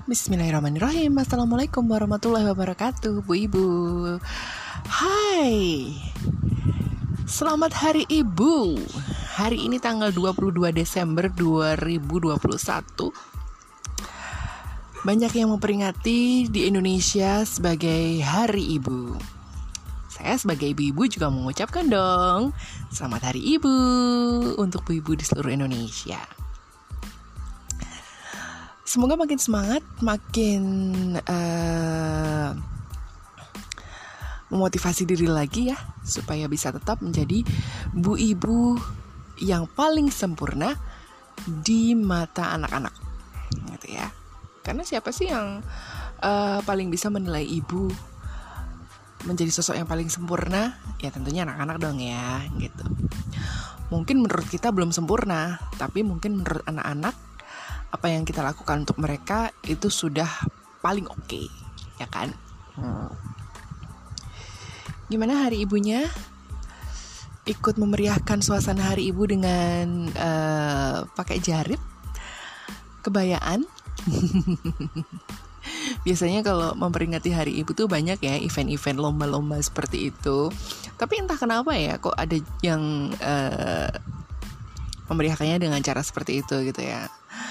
Bismillahirrahmanirrahim. Assalamualaikum warahmatullahi wabarakatuh, Bu Ibu. Hai, selamat Hari Ibu. Hari ini tanggal 22 Desember 2021. Banyak yang memperingati di Indonesia sebagai Hari Ibu. Saya sebagai ibu-ibu juga mengucapkan dong selamat Hari Ibu untuk Bu Ibu di seluruh Indonesia. Semoga makin semangat, makin memotivasi diri lagi ya, supaya bisa tetap menjadi bu ibu yang paling sempurna di mata anak-anak, gitu ya. Karena siapa sih yang paling bisa menilai ibu menjadi sosok yang paling sempurna? Ya tentunya anak-anak dong ya, gitu. Mungkin menurut kita belum sempurna, tapi mungkin menurut anak-anak apa yang kita lakukan untuk mereka itu sudah paling oke, ya kan? Gimana hari ibunya? Ikut memeriahkan suasana hari ibu dengan pakai jarit, kebayaan. Biasanya kalau memperingati hari ibu tuh banyak ya event-event lomba-lomba seperti itu. Tapi entah kenapa ya, kok ada yang memeriahkannya dengan cara seperti itu gitu ya.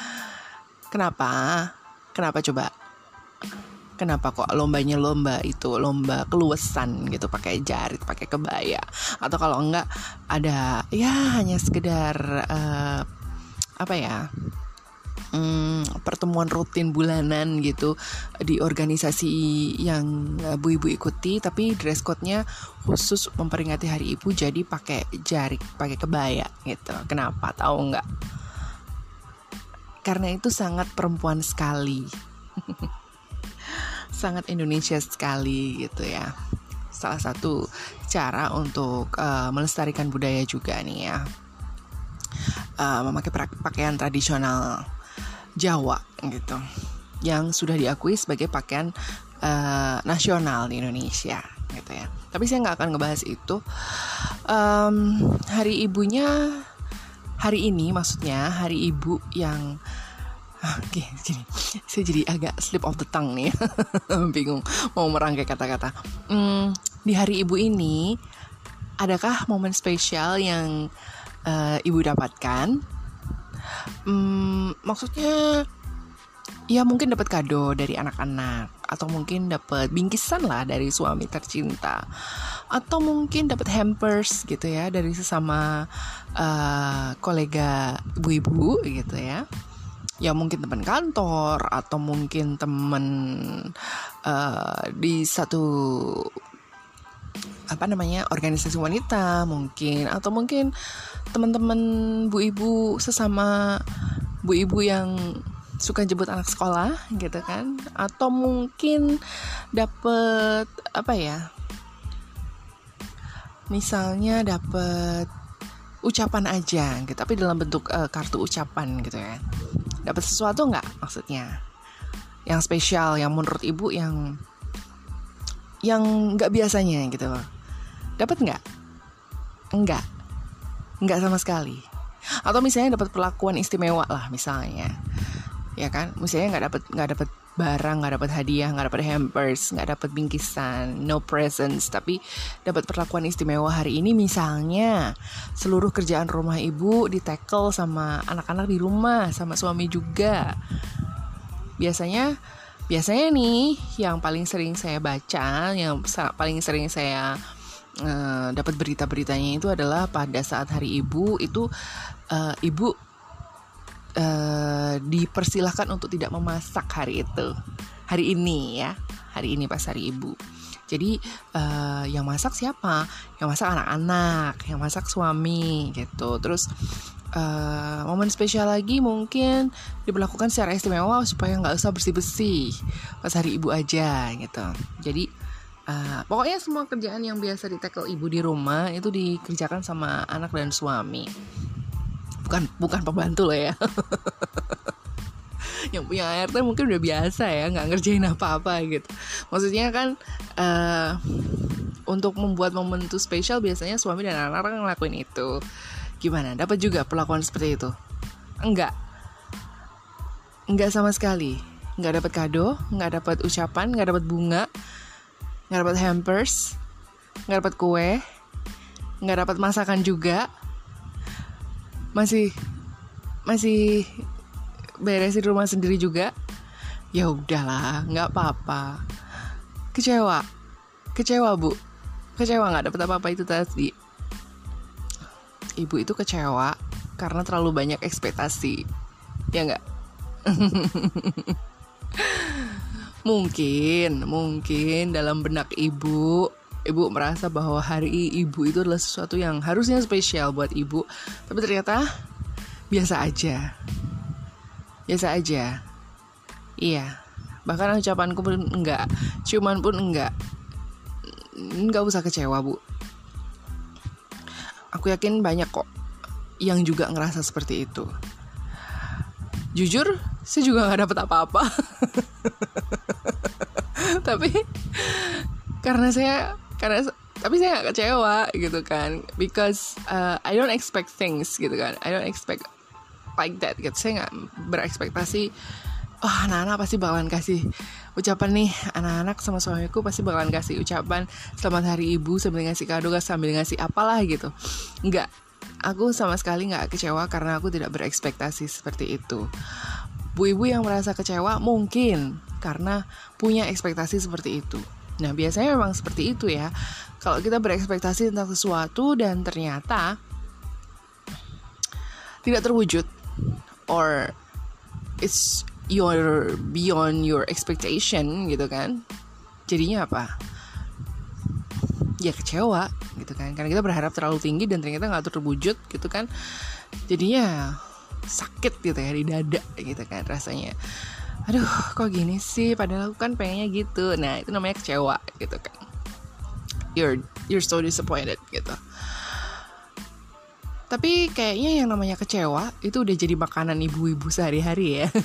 Kenapa coba? Kenapa kok lombanya lomba itu, lomba keluasan gitu, pakai jarit, pakai kebaya, atau kalau enggak ada ya hanya sekedar pertemuan rutin bulanan gitu di organisasi yang Bu Ibu ikuti, tapi dress code-nya khusus memperingati Hari Ibu, jadi pakai jarit, pakai kebaya gitu. Kenapa? Tahu enggak? Karena itu sangat perempuan sekali. Sangat Indonesia sekali gitu ya. Salah satu cara untuk melestarikan budaya juga nih ya. Memakai pakaian tradisional Jawa gitu, yang sudah diakui sebagai pakaian nasional di Indonesia gitu ya. Tapi saya nggak akan ngebahas itu. Hari ibunya hari ini, maksudnya hari ibu yang gini, saya jadi agak slip of the tongue nih. Bingung mau merangkai kata-kata. Di hari ibu ini, adakah momen spesial yang ibu dapatkan? Maksudnya ya mungkin dapat kado dari anak-anak, atau mungkin dapat bingkisan lah dari suami tercinta, atau mungkin dapat hampers gitu ya dari sesama kolega ibu-ibu gitu ya. Ya mungkin teman kantor, atau mungkin teman di satu organisasi wanita mungkin, atau mungkin teman-teman bu ibu sesama bu ibu yang suka jemput anak sekolah gitu kan, atau mungkin dapet misalnya dapet ucapan aja gitu, tapi dalam bentuk kartu ucapan gitu ya. Dapat sesuatu nggak maksudnya yang spesial, yang menurut ibu yang nggak biasanya gitu loh? Dapat nggak? Enggak sama sekali. Atau misalnya dapat perlakuan istimewa lah misalnya, ya kan? Misalnya nggak dapat barang, nggak dapat hadiah, nggak dapat hampers, nggak dapat bingkisan, no presents, tapi dapat perlakuan istimewa hari ini. Misalnya seluruh kerjaan rumah ibu di-tackle sama anak-anak di rumah, sama suami juga. Biasanya nih yang paling sering saya baca, yang paling sering saya dapat berita-beritanya itu adalah pada saat hari ibu itu ibu dipersilahkan untuk tidak memasak hari ini pas hari ibu. Jadi yang masak siapa? Yang masak anak-anak, yang masak suami gitu. Terus momen spesial lagi mungkin diberlakukan secara istimewa supaya nggak usah bersih-bersih pas hari ibu aja gitu. Jadi pokoknya semua kerjaan yang biasa di-tackle ibu di rumah itu dikerjakan sama anak dan suami. Bukan pembantu loh ya. Yang punya ART mungkin udah biasa ya, nggak ngerjain apa-apa gitu. Maksudnya kan untuk membuat momen itu spesial biasanya suami dan anak-anak ngelakuin itu. Gimana? Dapat juga perlakuan seperti itu? Enggak sama sekali. nggak dapat kado, nggak dapat ucapan, nggak dapat bunga, nggak dapat hampers, nggak dapat kue, nggak dapat masakan juga, masih beresin rumah sendiri juga. Ya udahlah, nggak apa-apa. Kecewa bu, kecewa nggak dapat apa-apa itu tadi. Ibu itu kecewa karena terlalu banyak ekspektasi, ya nggak? Mungkin dalam benak ibu merasa bahwa hari ibu itu adalah sesuatu yang harusnya spesial buat ibu, tapi ternyata biasa aja. Iya, bahkan ucapanku pun enggak, ciuman pun enggak usah kecewa bu. Aku yakin banyak kok yang juga ngerasa seperti itu. Jujur, saya juga nggak dapat apa-apa. tapi saya nggak kecewa gitu kan, because I don't expect things gitu kan. I don't expect like that gitu. Saya nggak berekspektasi anak-anak pasti bakalan kasih ucapan nih, anak-anak sama suamiku pasti bakalan kasih ucapan selamat hari ibu sambil ngasih kado, sambil ngasih apalah gitu. Enggak, aku sama sekali nggak kecewa karena aku tidak berekspektasi seperti itu. Bu ibu yang merasa kecewa mungkin karena punya ekspektasi seperti itu. Nah biasanya memang seperti itu ya. Kalau kita berekspektasi tentang sesuatu dan ternyata tidak terwujud, or it's beyond your expectation gitu kan, jadinya apa? Ya kecewa gitu kan, karena kita berharap terlalu tinggi dan ternyata nggak terwujud gitu kan, jadinya sakit gitu ya di dada gitu kan rasanya. Aduh kok gini sih, padahal aku kan pengennya gitu. Nah itu namanya kecewa gitu kan. You're so disappointed gitu. Tapi kayaknya yang namanya kecewa itu udah jadi makanan ibu-ibu sehari-hari ya.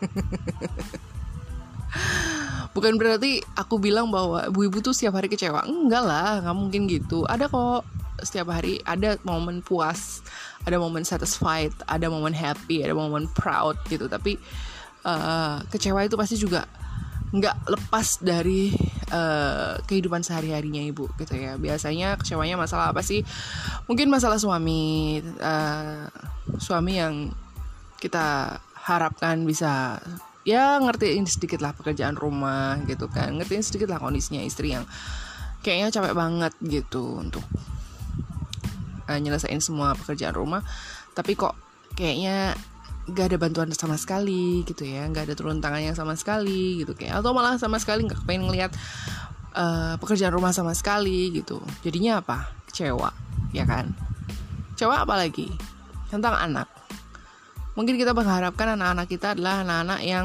Bukan berarti aku bilang bahwa ibu-ibu tuh setiap hari kecewa. Enggak lah, gak mungkin gitu. Ada kok setiap hari, ada momen puas, ada momen satisfied, ada momen happy, ada momen proud gitu. Tapi kecewa itu pasti juga nggak lepas dari kehidupan sehari-harinya ibu gitu ya. Biasanya kecewanya masalah apa sih? Mungkin masalah suami yang kita harapkan bisa ya ngertiin sedikit lah pekerjaan rumah gitu kan, ngertiin sedikit lah kondisinya istri yang kayaknya capek banget gitu untuk nyelesain semua pekerjaan rumah, tapi kok kayaknya gak ada bantuan sama sekali gitu ya, gak ada turun tangannya sama sekali gitu kayak, atau malah sama sekali gak pengen ngeliat pekerjaan rumah sama sekali gitu. Jadinya apa? Kecewa, ya kan? Kecewa apalagi tentang anak. Mungkin kita mengharapkan anak-anak kita adalah anak-anak yang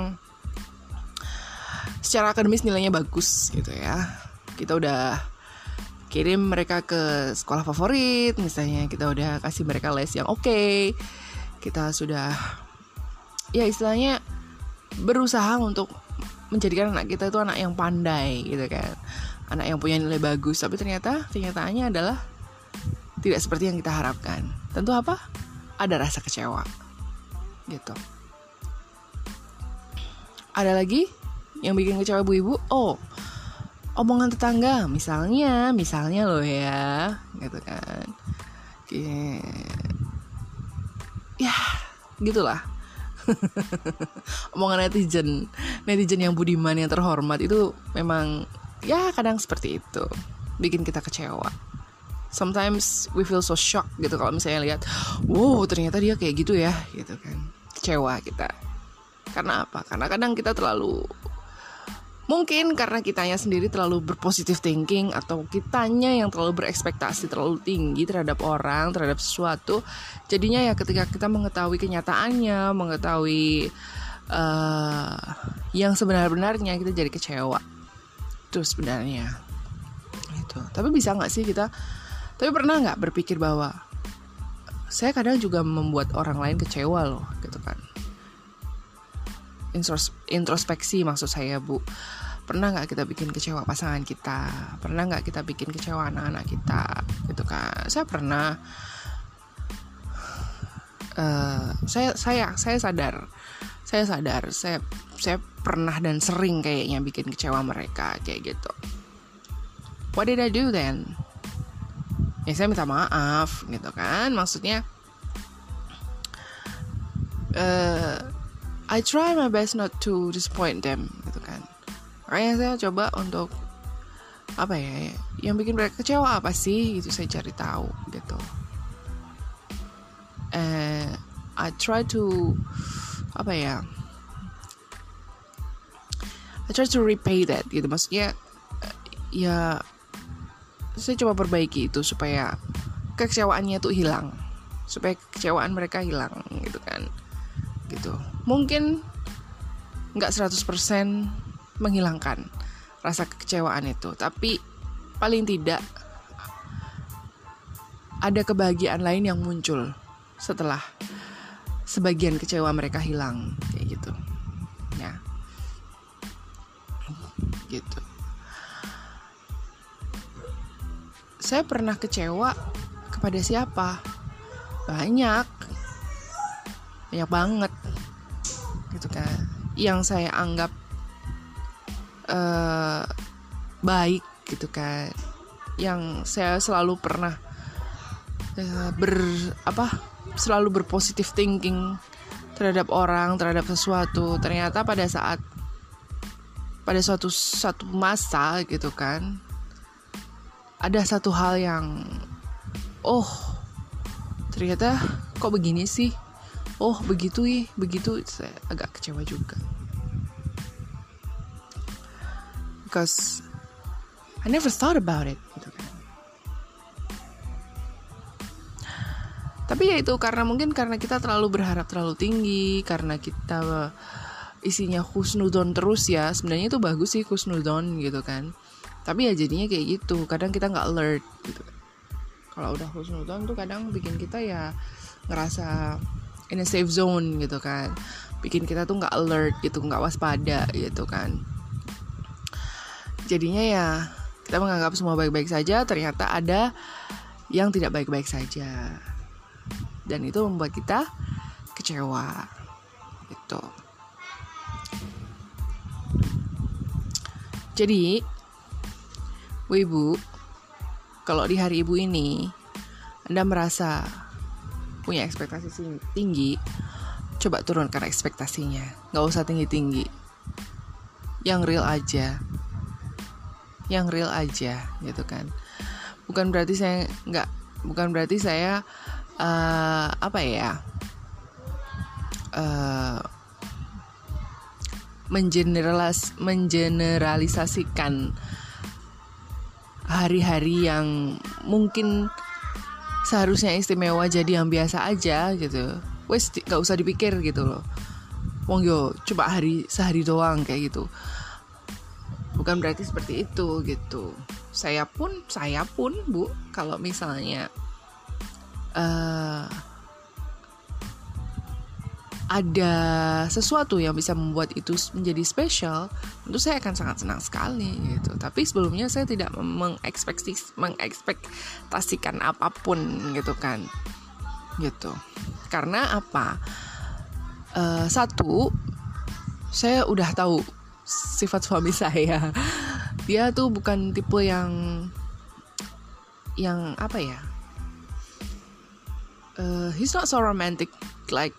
secara akademis nilainya bagus gitu ya. Kita udah kirim mereka ke sekolah favorit misalnya, kita udah kasih mereka les yang oke. Kita sudah ya istilahnya berusaha untuk menjadikan anak kita itu anak yang pandai gitu kan, anak yang punya nilai bagus. Tapi ternyata kenyataannya adalah tidak seperti yang kita harapkan. Tentu apa? Ada rasa kecewa gitu. Ada lagi yang bikin kecewa ibu-ibu? Omongan tetangga misalnya loh ya gitu kan. Ya gitulah. Omongan netizen yang budiman, yang terhormat itu memang ya kadang seperti itu, bikin kita kecewa. Sometimes we feel so shocked gitu kalau misalnya lihat, wow ternyata dia kayak gitu ya gitu kan. Kecewa kita. Karena apa? Karena kadang kita mungkin karena kitanya sendiri terlalu berpositive thinking, atau kitanya yang terlalu berekspektasi terlalu tinggi terhadap orang, terhadap sesuatu. Jadinya ya ketika kita mengetahui kenyataannya, mengetahui yang sebenar-benarnya, kita jadi kecewa. Itu sebenarnya itu. Tapi bisa gak sih kita, tapi pernah gak berpikir bahwa saya kadang juga membuat orang lain kecewa loh gitu kan. Introspeksi maksud saya bu. Pernah gak kita bikin kecewa pasangan kita? Pernah gak kita bikin kecewa anak-anak kita gitu kan? Saya pernah. Saya sadar. Saya pernah dan sering kayaknya bikin kecewa mereka kayak gitu. What did I do then? Ya saya minta maaf gitu kan. Maksudnya I try my best not to disappoint them gitu kan. Makanya saya coba untuk apa ya, yang bikin mereka kecewa apa sih gitu, saya cari tahu gitu. I try to I try to repay that gitu. Maksudnya ya saya coba perbaiki itu supaya kekecewaannya tuh hilang, supaya kekecewaan mereka hilang gitu kan. Gitu. Mungkin nggak 100% menghilangkan rasa kekecewaan itu, tapi paling tidak ada kebahagiaan lain yang muncul setelah sebagian kecewa mereka hilang kayak gitu. Ya. Gitu. Saya pernah kecewa kepada siapa? Banyak banget gitu kan, yang saya anggap baik gitu kan, yang saya selalu pernah selalu berpositif thinking terhadap orang, terhadap sesuatu. Ternyata pada suatu masa gitu kan, ada satu hal yang ternyata kok begini sih, begitu, saya agak kecewa juga. Because I never thought about it gitu kan. Tapi ya itu karena kita terlalu berharap terlalu tinggi, karena kita isinya husnudon terus ya. Sebenarnya itu bagus sih husnudon gitu kan. Tapi ya jadinya kayak gitu. Kadang kita nggak alert gitu. Kalau udah husnudon tuh kadang bikin kita ya ngerasa in a safe zone gitu kan. Bikin kita tuh nggak alert gitu, nggak waspada gitu kan. Jadinya ya kita menganggap semua baik-baik saja, ternyata ada yang tidak baik-baik saja. Dan itu membuat kita kecewa gitu. Jadi ibu, kalau di hari ibu ini Anda merasa punya ekspektasi tinggi, coba turunkan ekspektasinya. Gak usah tinggi-tinggi, yang real aja gitu kan. Bukan berarti saya mengeneralisasikan hari-hari yang mungkin seharusnya istimewa jadi yang biasa aja gitu. Wes gak usah dipikir gitu loh. Wong yo coba sehari doang kayak gitu. Bukan berarti seperti itu gitu. Saya pun Bu, kalau misalnya ada sesuatu yang bisa membuat itu menjadi spesial, tentu saya akan sangat senang sekali gitu. Tapi sebelumnya saya tidak mengekspektasikan apapun gitu kan. Gitu. Karena apa? Satu, saya udah tahu sifat suami saya. Dia tuh bukan tipe yang apa ya? He's not so romantic like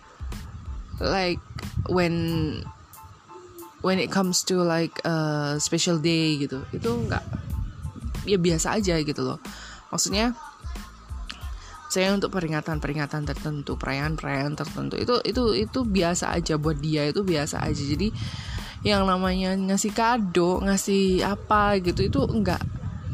when it comes to like a special day gitu. Itu enggak, ya biasa aja gitu loh. Maksudnya saya untuk peringatan tertentu, perayaan tertentu itu biasa aja buat dia, itu biasa aja. Jadi yang namanya ngasih kado, ngasih apa gitu, itu enggak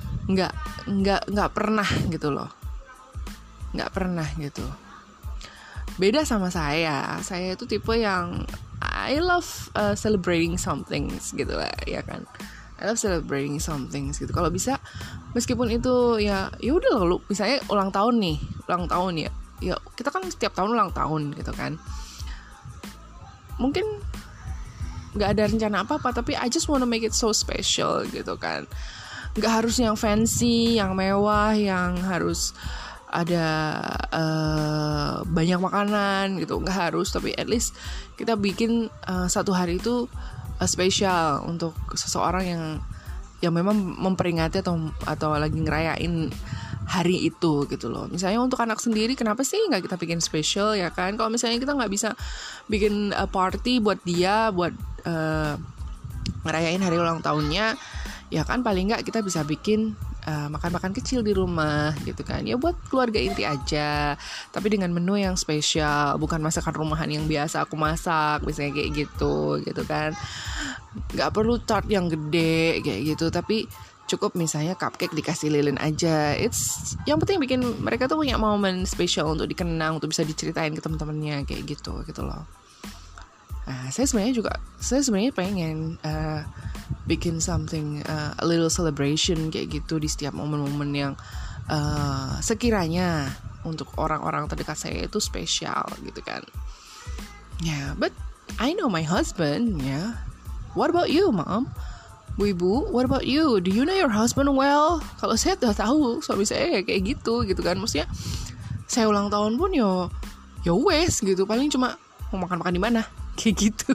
pernah gitu loh. Enggak pernah gitu. Beda sama saya itu tipe yang I love celebrating something gitu lah, ya kan. I love celebrating something gitu. Kalau bisa, meskipun itu ya udah loh, misalnya ulang tahun ya. Ya kita kan setiap tahun ulang tahun gitu kan. Mungkin nggak ada rencana apa-apa, tapi I just wanna make it so special gitu kan. Nggak harus yang fancy, yang mewah, yang harus ada banyak makanan gitu, nggak harus, tapi at least kita bikin satu hari itu spesial untuk seseorang yang memang memperingati atau lagi ngerayain hari itu gitu loh. Misalnya untuk anak sendiri, kenapa sih nggak kita bikin spesial ya kan? Kalau misalnya kita nggak bisa bikin party buat dia, buat ngerayain hari ulang tahunnya, ya kan paling nggak kita bisa bikin makan-makan kecil di rumah gitu kan, ya buat keluarga inti aja, tapi dengan menu yang spesial, bukan masakan rumahan yang biasa aku masak misalnya kayak gitu kan. Nggak perlu tart yang gede kayak gitu, tapi cukup misalnya cupcake dikasih lilin aja. It's yang penting bikin mereka tuh punya momen spesial untuk dikenang, untuk bisa diceritain ke teman-temannya kayak gitu loh. Nah, saya sebenarnya pengen bikin something a little celebration kayak gitu di setiap momen-momen yang sekiranya untuk orang-orang terdekat saya itu spesial gitu kan. Yeah, but I know my husband, yeah. What about you, Mom? Bu Ibu, what about you? Do you know your husband well? Kalau saya udah tahu suami saya kayak gitu kan. Maksudnya saya ulang tahun pun ya wes gitu, paling cuma mau makan di mana kayak gitu.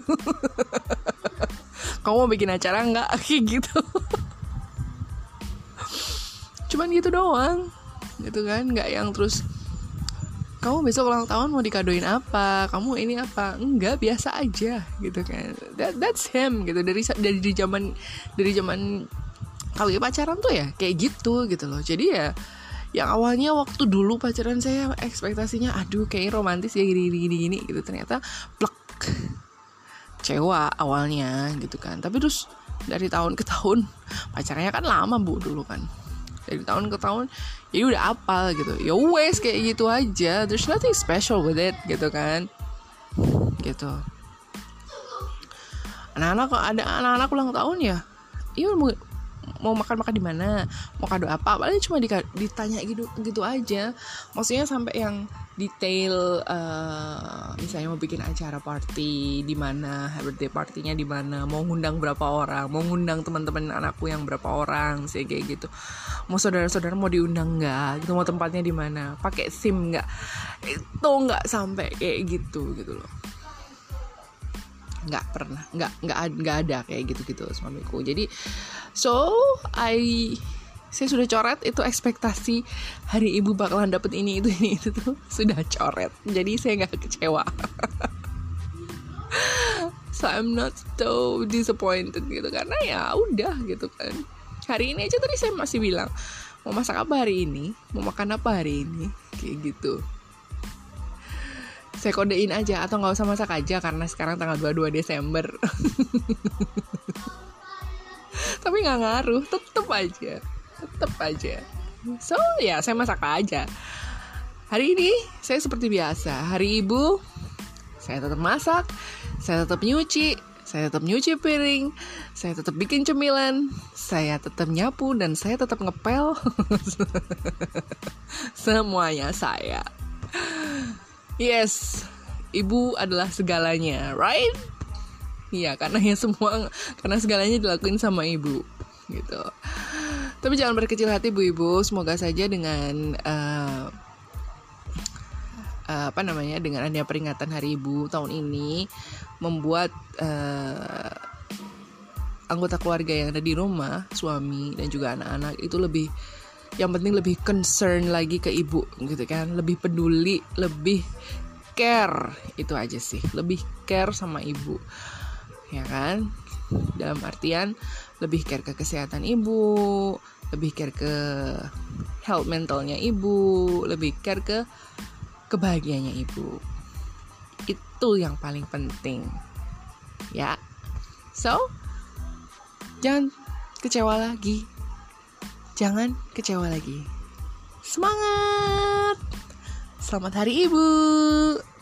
Kamu mau bikin acara nggak kayak gitu. Cuman gitu doang gitu kan, nggak yang terus kamu besok ulang tahun mau dikadoin apa, kamu ini apa, enggak, biasa aja gitu kan. That's him gitu, dari zaman kalau pacaran tuh ya kayak gitu loh. Jadi ya yang awalnya waktu dulu pacaran saya ekspektasinya aduh kayak romantis ya gini gitu, ternyata plek, kecewa awalnya gitu kan. Tapi terus dari tahun ke tahun, pacarnya kan lama Bu dulu kan, dari tahun ke tahun jadi udah apal gitu. Ya wes kayak gitu aja, there's nothing special with it gitu kan. Gitu. Anak-anak ulang tahun ya, iya mau makan di mana, mau kado apa, paling cuma ditanya gitu aja. Maksudnya sampai yang detail, misalnya mau bikin acara party di mana, birthday partinya di mana, mau ngundang berapa orang, mau ngundang teman-teman anakku yang berapa orang, sih kayak gitu. Mau saudara-saudara mau diundang nggak, gitu, mau tempatnya di mana, pakai SIM nggak, itu nggak sampai kayak gitu loh. Nggak pernah, nggak ada kayak gitu suamiku. Jadi saya sudah coret itu ekspektasi hari ibu bakalan dapet ini itu tuh sudah coret, jadi saya nggak kecewa. So I'm not so disappointed gitu, karena ya udah gitu kan. Hari ini aja tadi saya masih bilang mau masak apa hari ini, mau makan apa hari ini kayak gitu. Saya kodein aja, atau nggak usah masak aja karena sekarang tanggal 22 Desember. Tapi nggak ngaruh, tetep aja. So ya saya masak aja. Hari ini saya seperti biasa, hari ibu saya tetap masak, saya tetap nyuci piring, saya tetap bikin cemilan, saya tetap nyapu, dan saya tetap ngepel. Semuanya saya. Yes, ibu adalah segalanya, right? Iya, karena segalanya dilakuin sama ibu, gitu. Tapi jangan berkecil hati Bu Ibu, semoga saja dengan dengan adanya peringatan Hari Ibu tahun ini membuat anggota keluarga yang ada di rumah, suami dan juga anak-anak itu lebih concern lagi ke ibu gitu kan, lebih peduli, lebih care, itu aja sih, lebih care sama ibu, ya kan, dalam artian lebih care ke kesehatan ibu, lebih care ke health mentalnya ibu, lebih care ke kebahagiaannya ibu. Itu yang paling penting, ya. So jangan kecewa lagi. Semangat. Selamat Hari Ibu.